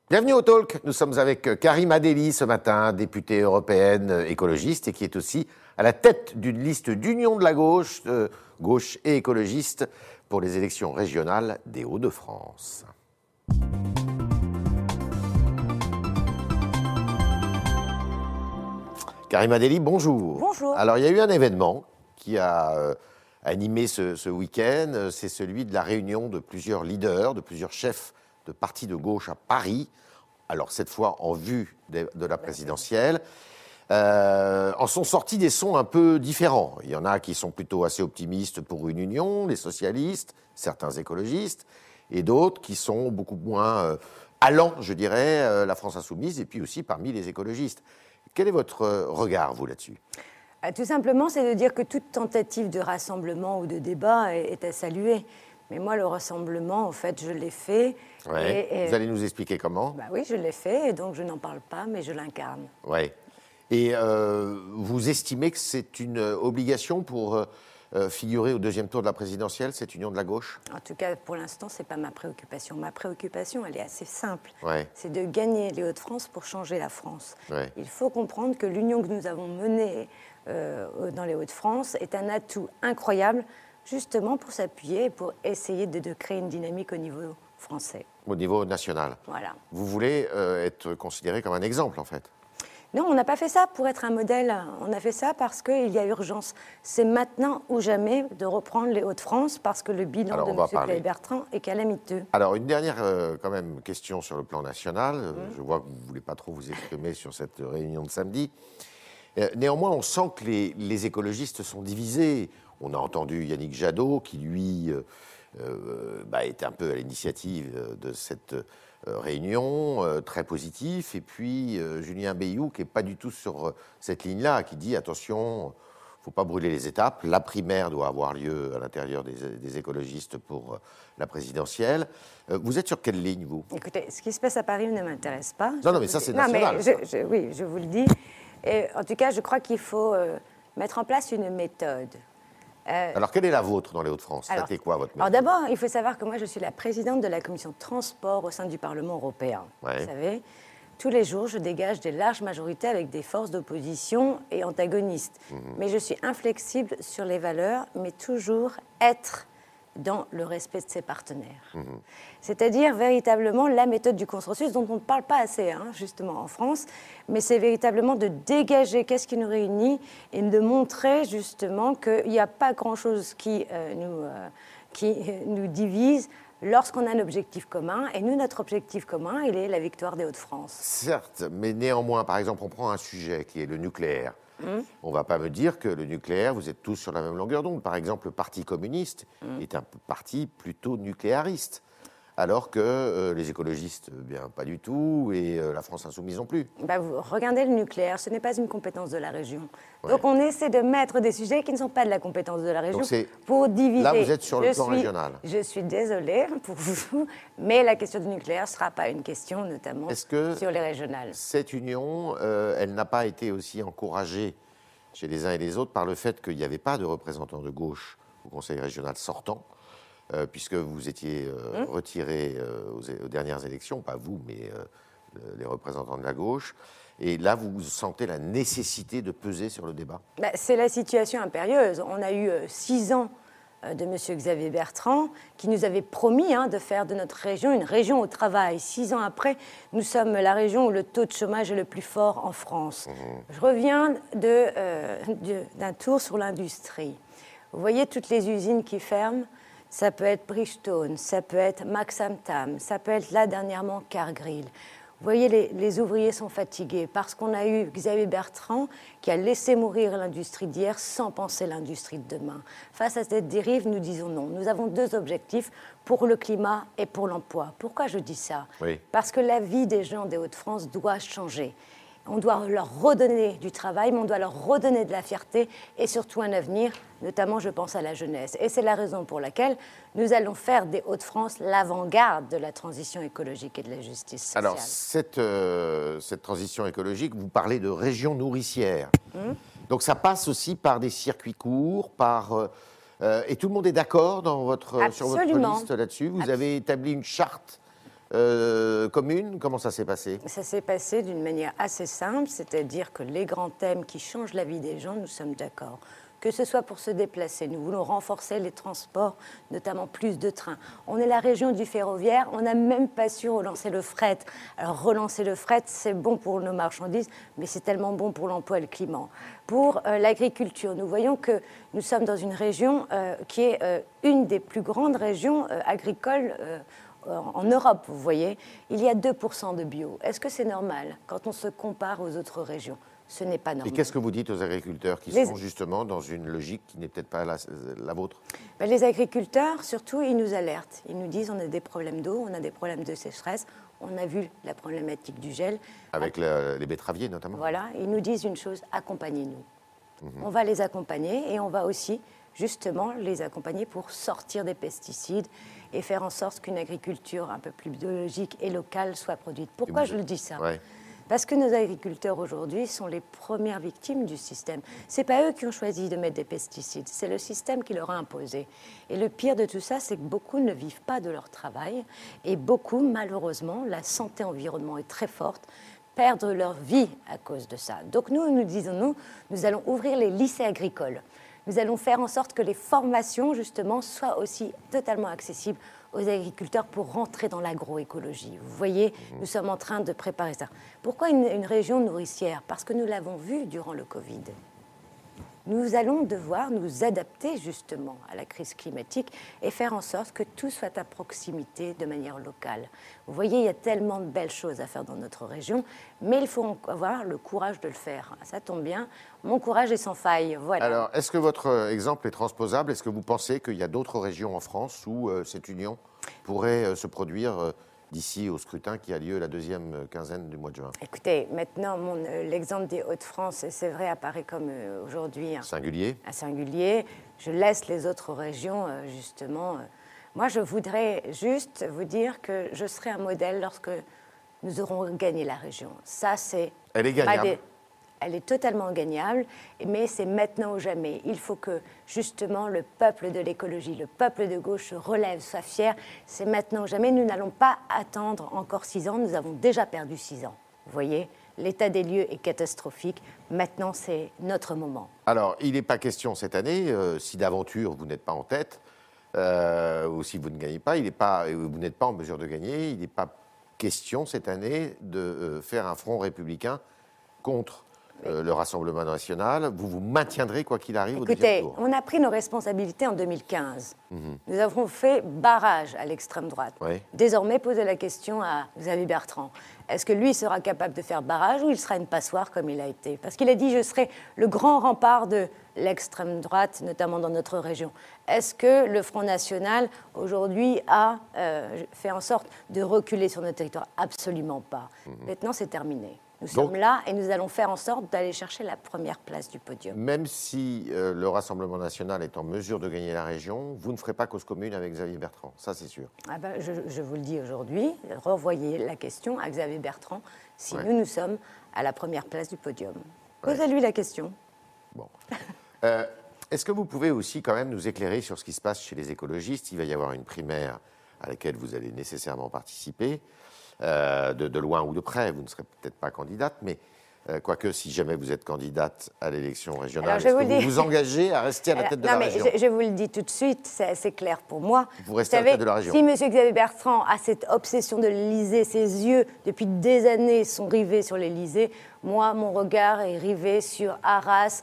Bienvenue au Talk. Nous sommes avec Karima Delli ce matin, députée européenne écologiste et qui est aussi à la tête d'une liste d'union de la gauche, gauche et écologiste pour les élections régionales des Hauts-de-France. Karima Delli, bonjour. Bonjour. Alors, il y a eu un événement qui a animé ce week-end, c'est celui de la réunion de plusieurs leaders, de plusieurs chefs de partis de gauche à Paris, alors cette fois en vue de la présidentielle. En sont sortis des sons un peu différents. Il y en a qui sont plutôt assez optimistes pour une union, les socialistes, certains écologistes, et d'autres qui sont beaucoup moins allants, je dirais, la France insoumise, et puis aussi parmi les écologistes. Quel est votre regard, vous, là-dessus ? Tout simplement, c'est de dire que toute tentative de rassemblement ou de débat est à saluer. Mais moi, le rassemblement, en fait, je l'ai fait. Ouais. Et vous allez nous expliquer comment ? Oui, je l'ai fait, et donc je n'en parle pas, mais je l'incarne. Oui. Et vous estimez que c'est une obligation pour figurer au deuxième tour de la présidentielle, cette union de la gauche ? En tout cas, pour l'instant, ce n'est pas ma préoccupation. Ma préoccupation, elle est assez simple. Ouais. C'est de gagner les Hauts-de-France pour changer la France. Ouais. Il faut comprendre que l'union que nous avons menée dans les Hauts-de-France est un atout incroyable, justement pour s'appuyer et pour essayer de créer une dynamique au niveau français. Au niveau national. Voilà. Vous voulez être considéré comme un exemple, en fait ? Non, on n'a pas fait ça pour être un modèle. On a fait ça parce qu'il y a urgence. C'est maintenant ou jamais de reprendre les Hauts-de-France parce que le bilan de M. Xavier Bertrand est calamiteux. Alors, une dernière quand même question sur le plan national. Je vois que vous ne voulez pas trop vous exprimer sur cette réunion de samedi. Néanmoins, on sent que les écologistes sont divisés. On a entendu Yannick Jadot qui, lui, était un peu à l'initiative de cette réunion, très positif. Et puis Julien Bayou qui n'est pas du tout sur cette ligne-là, qui dit attention, il ne faut pas brûler les étapes. La primaire doit avoir lieu à l'intérieur des écologistes pour la présidentielle. Vous êtes sur quelle ligne, vous ? Écoutez, ce qui se passe à Paris ne m'intéresse pas. Non, mais ça, c'est national. Oui, je vous le dis. Et, en tout cas, je crois qu'il faut mettre en place une méthode. Alors, quelle est la vôtre dans les Hauts-de-France ? C'était quoi votre méthode ? Alors d'abord, il faut savoir que moi, je suis la présidente de la commission de transport au sein du Parlement européen. Ouais. Vous savez, tous les jours, je dégage des larges majorités avec des forces d'opposition et antagonistes. Mais je suis inflexible sur les valeurs, mais toujours être dans le respect de ses partenaires. C'est-à-dire véritablement la méthode du consensus dont on ne parle pas assez, justement, en France, mais c'est véritablement de dégager qu'est-ce qui nous réunit et de montrer justement qu'il n'y a pas grand-chose qui nous divise lorsqu'on a un objectif commun. Et nous, notre objectif commun, il est la victoire des Hauts-de-France. Certes, mais néanmoins, par exemple, on prend un sujet qui est le nucléaire. On ne va pas me dire que le nucléaire, vous êtes tous sur la même longueur d'onde. Par exemple, le Parti communiste est un parti plutôt nucléariste, alors que les écologistes, bien pas du tout, et la France insoumise non plus. Vous regardez le nucléaire, ce n'est pas une compétence de la région. Ouais. Donc on essaie de mettre des sujets qui ne sont pas de la compétence de la région pour diviser. Là, vous êtes sur le plan régional. Je suis désolée pour vous, mais la question du nucléaire ne sera pas une question, notamment sur les régionales. Cette union, elle n'a pas été aussi encouragée chez les uns et les autres par le fait qu'il n'y avait pas de représentants de gauche au Conseil régional sortant, puisque vous étiez retiré aux dernières élections, pas vous, mais les représentants de la gauche. Et là, vous sentez la nécessité de peser sur le débat ? C'est la situation impérieuse. On a eu 6 ans de M. Xavier Bertrand, qui nous avait promis de faire de notre région une région au travail. 6 ans après, nous sommes la région où le taux de chômage est le plus fort en France. Je reviens d'un tour sur l'industrie. Vous voyez toutes les usines qui ferment. Ça peut être Bridgestone, ça peut être Max Amtam, ça peut être là dernièrement Cargill. Vous voyez, les ouvriers sont fatigués parce qu'on a eu Xavier Bertrand qui a laissé mourir l'industrie d'hier sans penser l'industrie de demain. Face à cette dérive, nous disons non. Nous avons 2 objectifs pour le climat et pour l'emploi. Pourquoi je dis ça ? Oui. Parce que la vie des gens des Hauts-de-France doit changer. On doit leur redonner du travail, mais on doit leur redonner de la fierté et surtout un avenir, notamment je pense à la jeunesse. Et c'est la raison pour laquelle nous allons faire des Hauts-de-France l'avant-garde de la transition écologique et de la justice sociale. Alors, cette transition écologique, vous parlez de région nourricière. Donc ça passe aussi par des circuits courts, et tout le monde est d'accord sur votre liste là-dessus. Vous avez établi une charte commune? Comment ça s'est passé? Ça s'est passé d'une manière assez simple, c'est-à-dire que les grands thèmes qui changent la vie des gens, nous sommes d'accord. Que ce soit pour se déplacer, nous voulons renforcer les transports, notamment plus de trains. On est la région du ferroviaire, on n'a même pas su relancer le fret. Alors relancer le fret, c'est bon pour nos marchandises, mais c'est tellement bon pour l'emploi et le climat. Pour l'agriculture, nous voyons que nous sommes dans une région qui est une des plus grandes régions agricoles en Europe, vous voyez. Il y a 2% de bio. Est-ce que c'est normal quand on se compare aux autres régions? Ce n'est pas normal. Et qu'est-ce que vous dites aux agriculteurs qui sont justement dans une logique qui n'est peut-être pas la vôtre? Les agriculteurs, surtout, ils nous alertent. Ils nous disent on a des problèmes d'eau, on a des problèmes de sécheresse, on a vu la problématique du gel. Avec les betteraviers notamment. Voilà, ils nous disent une chose, accompagnez-nous. On va les accompagner et on va aussi justement les accompagner pour sortir des pesticides et faire en sorte qu'une agriculture un peu plus biologique et locale soit produite. Pourquoi je le dis ça? Parce que nos agriculteurs aujourd'hui sont les premières victimes du système. Ce n'est pas eux qui ont choisi de mettre des pesticides, c'est le système qui leur a imposé. Et le pire de tout ça, c'est que beaucoup ne vivent pas de leur travail et beaucoup, malheureusement, la santé environnement est très forte, perdent leur vie à cause de ça. Donc nous disons, nous allons ouvrir les lycées agricoles. Nous allons faire en sorte que les formations, justement, soient aussi totalement accessibles aux agriculteurs pour rentrer dans l'agroécologie. Vous voyez, nous sommes en train de préparer ça. Pourquoi une région nourricière? Parce que nous l'avons vu durant le Covid. Nous allons devoir nous adapter justement à la crise climatique et faire en sorte que tout soit à proximité de manière locale. Vous voyez, il y a tellement de belles choses à faire dans notre région, mais il faut avoir le courage de le faire. Ça tombe bien, mon courage est sans faille. Voilà. Alors, est-ce que votre exemple est transposable? Est-ce que vous pensez qu'il y a d'autres régions en France où cette union pourrait se produire d'ici au scrutin qui a lieu la deuxième quinzaine du mois de juin? Écoutez, maintenant, l'exemple des Hauts-de-France, c'est vrai, apparaît comme aujourd'hui un singulier. Je laisse les autres régions, justement. Moi, je voudrais juste vous dire que je serai un modèle lorsque nous aurons gagné la région. Ça, c'est... Elle est gagnable. Elle est totalement gagnable, mais c'est maintenant ou jamais. Il faut que, justement, le peuple de l'écologie, le peuple de gauche se relève, soit fier. C'est maintenant ou jamais. Nous n'allons pas attendre encore 6 ans. Nous avons déjà perdu 6 ans. Vous voyez, l'état des lieux est catastrophique. Maintenant, c'est notre moment. Alors, il n'est pas question cette année, si d'aventure vous n'êtes pas en tête, ou si vous ne gagnez pas, vous n'êtes pas en mesure de gagner, il n'est pas question cette année de faire un front républicain contre le Rassemblement national. Vous vous maintiendrez quoi qu'il arrive au deuxième tour. On a pris nos responsabilités en 2015. Nous avons fait barrage à l'extrême droite. Désormais, posez la question à Xavier Bertrand. Est-ce que lui sera capable de faire barrage ou il sera une passoire comme il a été? Parce qu'il a dit « je serai le grand rempart de l'extrême droite, notamment dans notre région ». Est-ce que le Front National, aujourd'hui, a fait en sorte de reculer sur notre territoire? Absolument pas. Maintenant, c'est terminé. Nous sommes là et nous allons faire en sorte d'aller chercher la première place du podium. Même si le Rassemblement national est en mesure de gagner la région, vous ne ferez pas cause commune avec Xavier Bertrand, ça c'est sûr. Je vous le dis aujourd'hui, renvoyez la question à Xavier Bertrand si nous sommes à la première place du podium. Posez-lui la question. Bon. Est-ce que vous pouvez aussi quand même nous éclairer sur ce qui se passe chez les écologistes? Il va y avoir une primaire à laquelle vous allez nécessairement participer. De loin ou de près, vous ne serez peut-être pas candidate, mais quoique si jamais vous êtes candidate à l'élection régionale, est-ce que vous vous engagez à rester à la tête de la région? Je vous le dis tout de suite, c'est assez clair pour moi. Vous restez à la tête de la région. Si M. Xavier Bertrand a cette obsession de l'Élysée, ses yeux depuis des années sont rivés sur l'Élysée, moi, mon regard est rivé sur Arras,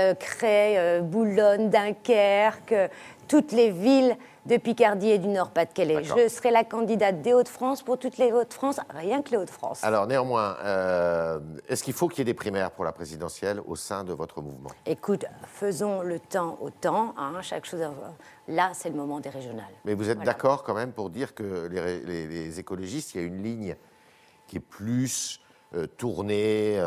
Creil, Boulogne, Dunkerque, toutes les villes de Picardie et du Nord-Pas-de-Calais. Je serai la candidate des Hauts-de-France pour toutes les Hauts-de-France, rien que les Hauts-de-France. Alors néanmoins, est-ce qu'il faut qu'il y ait des primaires pour la présidentielle au sein de votre mouvement? Écoute, faisons le temps au temps, chaque chose. Là, c'est le moment des régionales. Mais vous êtes d'accord quand même pour dire que les écologistes, il y a une ligne qui est plus tournée,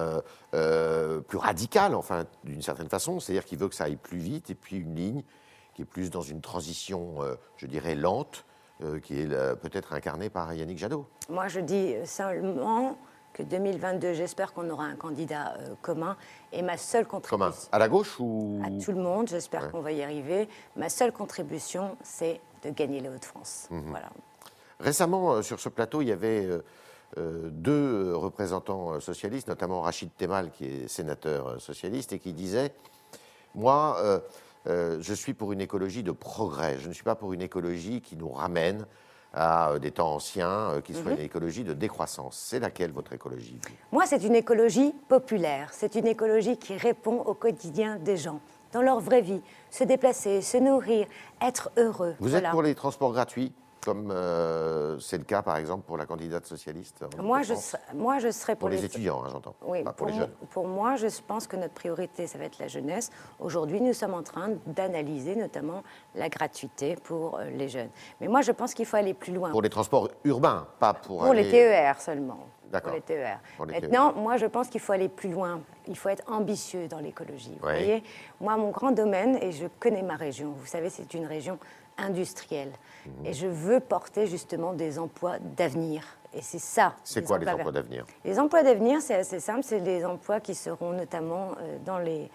plus radicale, enfin, d'une certaine façon, c'est-à-dire qu'il veut que ça aille plus vite, et puis une ligne qui est plus dans une transition, je dirais, lente, qui est peut-être incarnée par Yannick Jadot. Moi, je dis seulement que 2022, j'espère qu'on aura un candidat commun. Et ma seule contribution... Commun à la gauche ou... À tout le monde, j'espère qu'on va y arriver. Ma seule contribution, c'est de gagner les Hauts-de-France. Voilà. Récemment, sur ce plateau, il y avait deux représentants socialistes, notamment Rachid Temal, qui est sénateur socialiste, et qui disait « Moi, je suis pour une écologie de progrès. Je ne suis pas pour une écologie qui nous ramène à des temps anciens, qui soit une écologie de décroissance. » C'est laquelle, votre écologie? Moi, c'est une écologie populaire. C'est une écologie qui répond au quotidien des gens, dans leur vraie vie. Se déplacer, se nourrir, être heureux. Vous êtes pour les transports gratuits, comme c'est le cas, par exemple, pour la candidate socialiste? Moi, je serais pour les étudiants, hein, j'entends, oui, pas pour les jeunes. Pour moi, je pense que notre priorité, ça va être la jeunesse. Aujourd'hui, nous sommes en train d'analyser notamment la gratuité pour les jeunes. Mais moi, je pense qu'il faut aller plus loin. Pour les transports urbains, pas pour Pour les TER seulement. D'accord. Pour les TER. Pour les Maintenant, moi, je pense qu'il faut aller plus loin. Il faut être ambitieux dans l'écologie. Vous voyez, moi, mon grand domaine, et je connais ma région, vous savez, c'est une région industrielle. Et je veux porter justement des emplois d'avenir. Et c'est ça. C'est quoi les emplois d'avenir? Les emplois d'avenir, c'est assez simple. C'est des emplois qui seront notamment dans les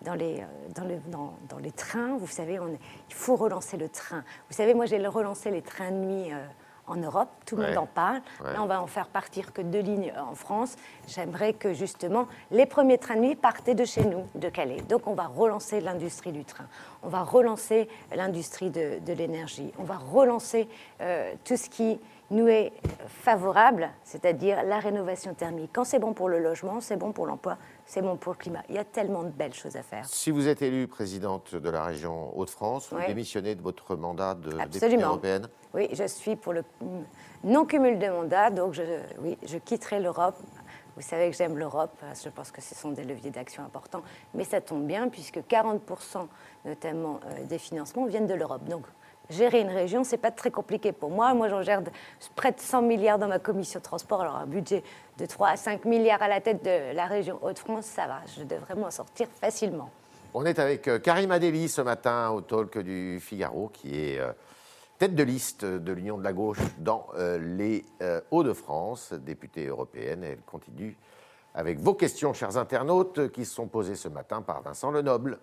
trains. Vous savez, il faut relancer le train. Vous savez, moi, j'ai relancé les trains de nuit en Europe, tout le monde en parle. Là, on va en faire partir que 2 lignes en France. J'aimerais que, justement, les premiers trains de nuit partaient de chez nous, de Calais. Donc, on va relancer l'industrie du train. On va relancer l'industrie de l'énergie. On va relancer tout ce qui nous est favorable, c'est-à-dire la rénovation thermique. Quand c'est bon pour le logement, c'est bon pour l'emploi, c'est bon pour le climat. Il y a tellement de belles choses à faire. Si vous êtes élue présidente de la région Hauts-de-France, vous démissionnez de votre mandat de députée européenne? Oui, je suis pour le non-cumul de mandats, donc je quitterai l'Europe. Vous savez que j'aime l'Europe, je pense que ce sont des leviers d'action importants, mais ça tombe bien puisque 40% notamment des financements viennent de l'Europe. Donc, gérer une région, ce n'est pas très compliqué pour moi. Moi, j'en gère près de 100 milliards dans ma commission transport. Alors, un budget de 3 à 5 milliards à la tête de la région Hauts-de-France, ça va. Je devrais m'en sortir facilement. On est avec Karima Delli ce matin au talk du Figaro, qui est tête de liste de l'Union de la gauche dans les Hauts-de-France, députée européenne. Elle continue avec vos questions, chers internautes, qui se sont posées ce matin par Vincent Lenoble.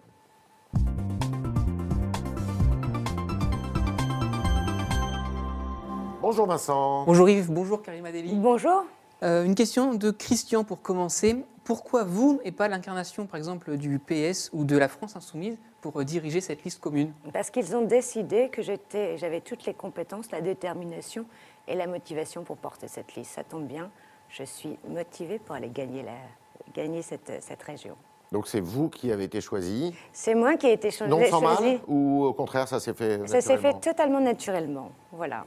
Bonjour Vincent. Bonjour Yves, bonjour Karima Delli. Bonjour. Une question de Christian pour commencer. Pourquoi vous et pas l'incarnation par exemple du PS ou de la France Insoumise pour diriger cette liste commune? Parce qu'ils ont décidé que j'avais toutes les compétences, la détermination et la motivation pour porter cette liste. Ça tombe bien, je suis motivée pour aller gagner cette région. Donc c'est vous qui avez été choisi? C'est moi qui ai été choisi. Non sans mal, ou au contraire ça s'est fait naturellement? Ça s'est fait totalement naturellement, voilà.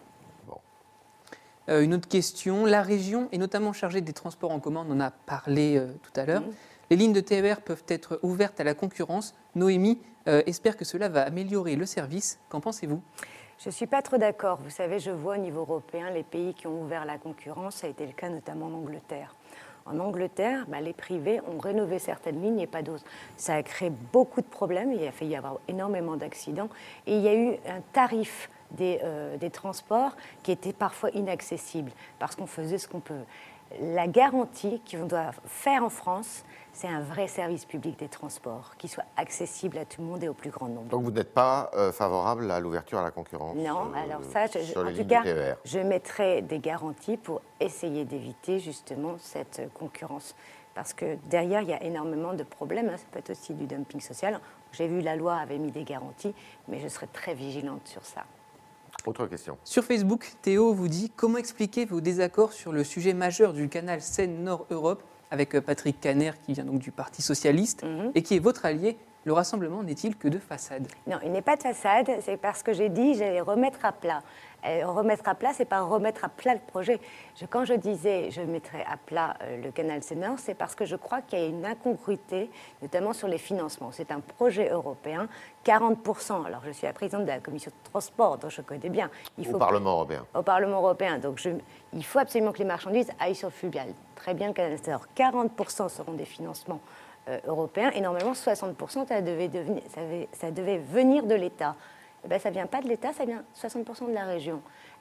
Une autre question, la région est notamment chargée des transports en commun, on en a parlé tout à l'heure. Les lignes de TER peuvent être ouvertes à la concurrence. Noémie espère que cela va améliorer le service. Qu'en pensez-vous? Je ne suis pas trop d'accord. Vous savez, je vois au niveau européen les pays qui ont ouvert la concurrence. Ça a été le cas notamment en Angleterre. En Angleterre, les privés ont rénové certaines lignes et pas d'autres. Ça a créé beaucoup de problèmes. Il a failli y avoir énormément d'accidents. Et il y a eu un tarif des transports qui était parfois inaccessible parce qu'on faisait ce qu'on peut. La garantie qu'on doit faire en France, c'est un vrai service public des transports qui soit accessible à tout le monde et au plus grand nombre. Donc vous n'êtes pas favorable à l'ouverture à la concurrence? Non, alors ça, sur en les tout lignes cas, du TER. je mettrai des garanties pour essayer d'éviter justement cette concurrence. Parce que derrière, il y a énormément de problèmes. Ça peut être aussi du dumping social. J'ai vu la loi avait mis des garanties, mais je serai très vigilante sur ça. Autre question. Sur Facebook, Théo vous dit « Comment expliquer vos désaccords sur le sujet majeur du canal Seine-Nord-Europe avec Patrick Kanner, qui vient donc du Parti Socialiste, et qui est votre allié? Le rassemblement n'est-il que de façade ?» Non, il n'est pas de façade, c'est parce que j'ai dit j'allais remettre à plat. Remettre à plat, c'est pas remettre à plat le projet. Quand je disais je mettrais à plat le canal Seine-Nord, c'est parce que je crois qu'il y a une incongruité, notamment sur les financements. C'est un projet européen, 40%. Alors je suis la présidente de la commission de transport, donc je connais bien. Au Parlement européen. Au Parlement européen. Donc il faut absolument que les marchandises aillent sur le fluvial. Très bien le canal Seine-Nord. 40% seront des financements européens et normalement 60% ça devait venir de l'État. Eh bien, ça ne vient pas de l'État, ça vient 60% de la région.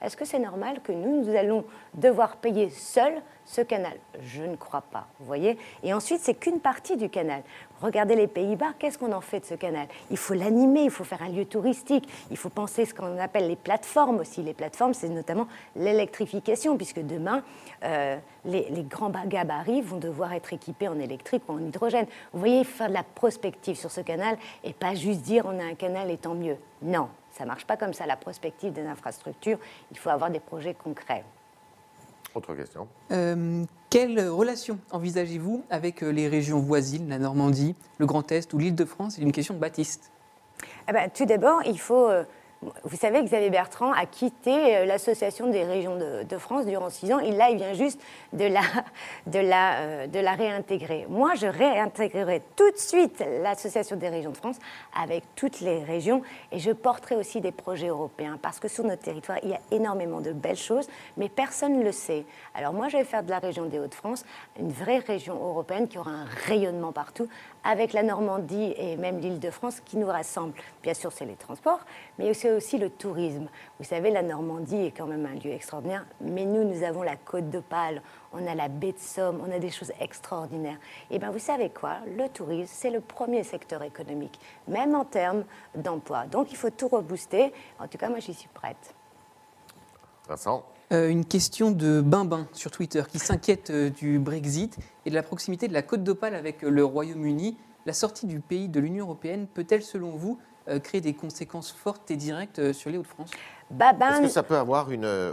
Est-ce que c'est normal que nous allons devoir payer seuls ce canal? Je ne crois pas, vous voyez. Et ensuite, c'est qu'une partie du canal. Regardez les Pays-Bas, qu'est-ce qu'on en fait de ce canal? Il faut l'animer, il faut faire un lieu touristique, il faut penser ce qu'on appelle les plateformes aussi. Les plateformes, c'est notamment l'électrification, puisque demain, les grands gabarits vont devoir être équipés en électrique ou en hydrogène. Vous voyez, il faut faire de la prospective sur ce canal et pas juste dire on a un canal et tant mieux. Non, ça ne marche pas comme ça, la prospective des infrastructures. Il faut avoir des projets concrets. Autre question. Quelle relation envisagez-vous avec les régions voisines, la Normandie, le Grand Est ou l'Île-de-France? C'est une question de Baptiste. Eh ben, tout d'abord, il faut... vous savez que Xavier Bertrand a quitté l'Association des régions de France durant 6 ans. Et là, il vient juste de la réintégrer. Moi, je réintégrerai tout de suite l'Association des régions de France avec toutes les régions. Et je porterai aussi des projets européens. Parce que sur notre territoire, il y a énormément de belles choses, mais personne ne le sait. Alors moi, je vais faire de la région des Hauts-de-France une vraie région européenne qui aura un rayonnement partout, avec la Normandie et même l'Île-de-France qui nous rassemblent. Bien sûr, c'est les transports, mais c'est aussi le tourisme. Vous savez, la Normandie est quand même un lieu extraordinaire, mais nous avons la Côte d'Opale, on a la baie de Somme, on a des choses extraordinaires. Et bien, vous savez quoi? Le tourisme, c'est le premier secteur économique, même en termes d'emploi. Donc, il faut tout rebooster. En tout cas, moi, j'y suis prête. Vincent? Une question de Bimbin sur Twitter qui s'inquiète du Brexit et de la proximité de la Côte d'Opale avec le Royaume-Uni. La sortie du pays de l'Union européenne peut-elle, selon vous, créer des conséquences fortes et directes sur les Hauts-de-France? Babin, Est-ce que ça peut avoir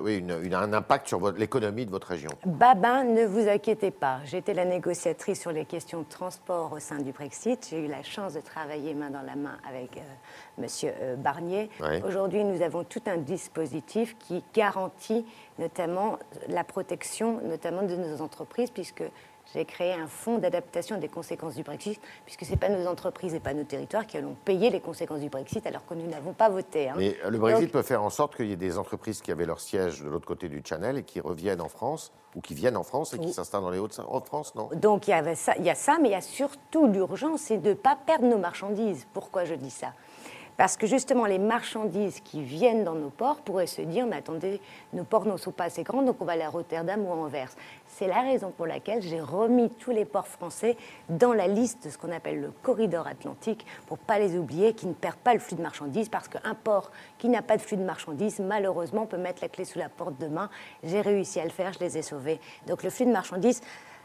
un impact sur l'économie de votre région? Babin, ne vous inquiétez pas. J'étais la négociatrice sur les questions de transport au sein du Brexit. J'ai eu la chance de travailler main dans la main avec Monsieur Barnier. Oui. Aujourd'hui, nous avons tout un dispositif qui garantit notamment la protection, notamment de nos entreprises, puisque j'ai créé un fonds d'adaptation des conséquences du Brexit, puisque ce n'est pas nos entreprises et pas nos territoires qui allons payer les conséquences du Brexit, alors que nous n'avons pas voté. Hein. Mais le Brexit peut faire en sorte qu'il y ait des entreprises qui avaient leur siège de l'autre côté du Channel et qui reviennent en France, ou qui viennent en France et qui s'installent dans les Hauts-de-France, non? Donc il y a ça, mais il y a surtout l'urgence, c'est de ne pas perdre nos marchandises. Pourquoi je dis ça? Parce que justement, les marchandises qui viennent dans nos ports pourraient se dire, mais attendez, nos ports ne sont pas assez grands, donc on va aller à Rotterdam ou à Anvers. C'est la raison pour laquelle j'ai remis tous les ports français dans la liste de ce qu'on appelle le corridor atlantique, pour ne pas les oublier, qui ne perdent pas le flux de marchandises, parce qu'un port qui n'a pas de flux de marchandises, malheureusement, peut mettre la clé sous la porte demain. J'ai réussi à le faire, je les ai sauvés. Donc le flux de marchandises,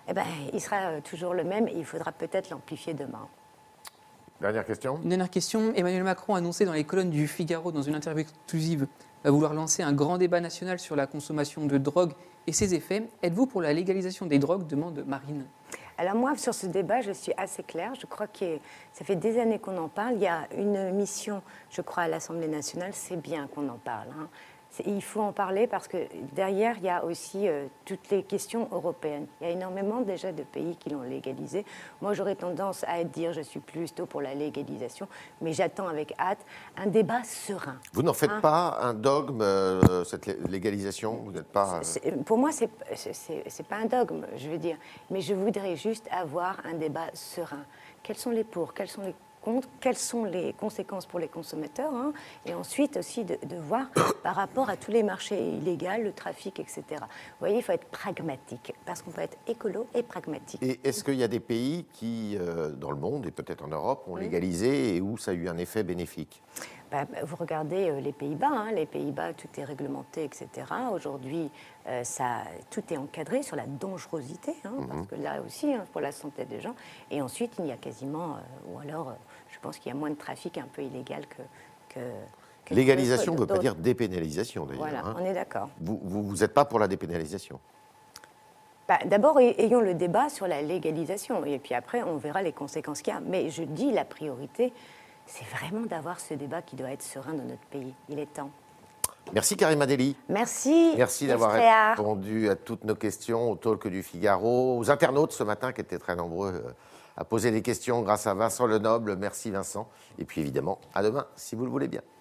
il sera toujours le même, et il faudra peut-être l'amplifier demain. Dernière question. Une dernière question. Emmanuel Macron a annoncé dans les colonnes du Figaro, dans une interview exclusive, vouloir lancer un grand débat national sur la consommation de drogue et ses effets. Êtes-vous pour la légalisation des drogues, demande Marine. Alors moi, sur ce débat, je suis assez claire. Je crois que ça fait des années qu'on en parle. Il y a une mission, je crois, à l'Assemblée nationale. C'est bien qu'on en parle. Hein. Il faut en parler parce que derrière, il y a aussi toutes les questions européennes. Il y a énormément déjà de pays qui l'ont légalisé. Moi, j'aurais tendance à dire, je suis plutôt pour la légalisation, mais j'attends avec hâte un débat serein. Vous n'en faites pas un dogme, cette légalisation? Vous n'êtes pas... Pour moi, c'est pas un dogme, je veux dire. Mais je voudrais juste avoir un débat serein. Quels sont les pour, quels sont les contre, quelles sont les conséquences pour les consommateurs, hein, et ensuite aussi de voir par rapport à tous les marchés illégaux, le trafic, etc. Vous voyez, il faut être pragmatique, parce qu'on peut être écolo et pragmatique. Et est-ce qu'il y a des pays qui, dans le monde et peut-être en Europe, ont légalisé et où ça a eu un effet bénéfique? Vous regardez les Pays-Bas, hein, les Pays-Bas, tout est réglementé, etc. Aujourd'hui, tout est encadré sur la dangerosité, hein, parce que là aussi, hein, pour la santé des gens. Et ensuite, il y a quasiment, ou alors, je pense qu'il y a moins de trafic un peu illégal que légalisation ne veut pas dire dépénalisation, d'ailleurs. Voilà, hein. on est d'accord. Vous n'êtes pas pour la dépénalisation? D'abord, ayons le débat sur la légalisation, et puis après, on verra les conséquences qu'il y a. Mais je dis, la priorité, c'est vraiment d'avoir ce débat qui doit être serein dans notre pays. Il est temps. Merci Karima Deli. Merci. Merci d'avoir répondu à toutes nos questions au talk du Figaro, aux internautes ce matin qui étaient très nombreux à poser des questions grâce à Vincent Lenoble. Merci Vincent. Et puis évidemment, à demain si vous le voulez bien.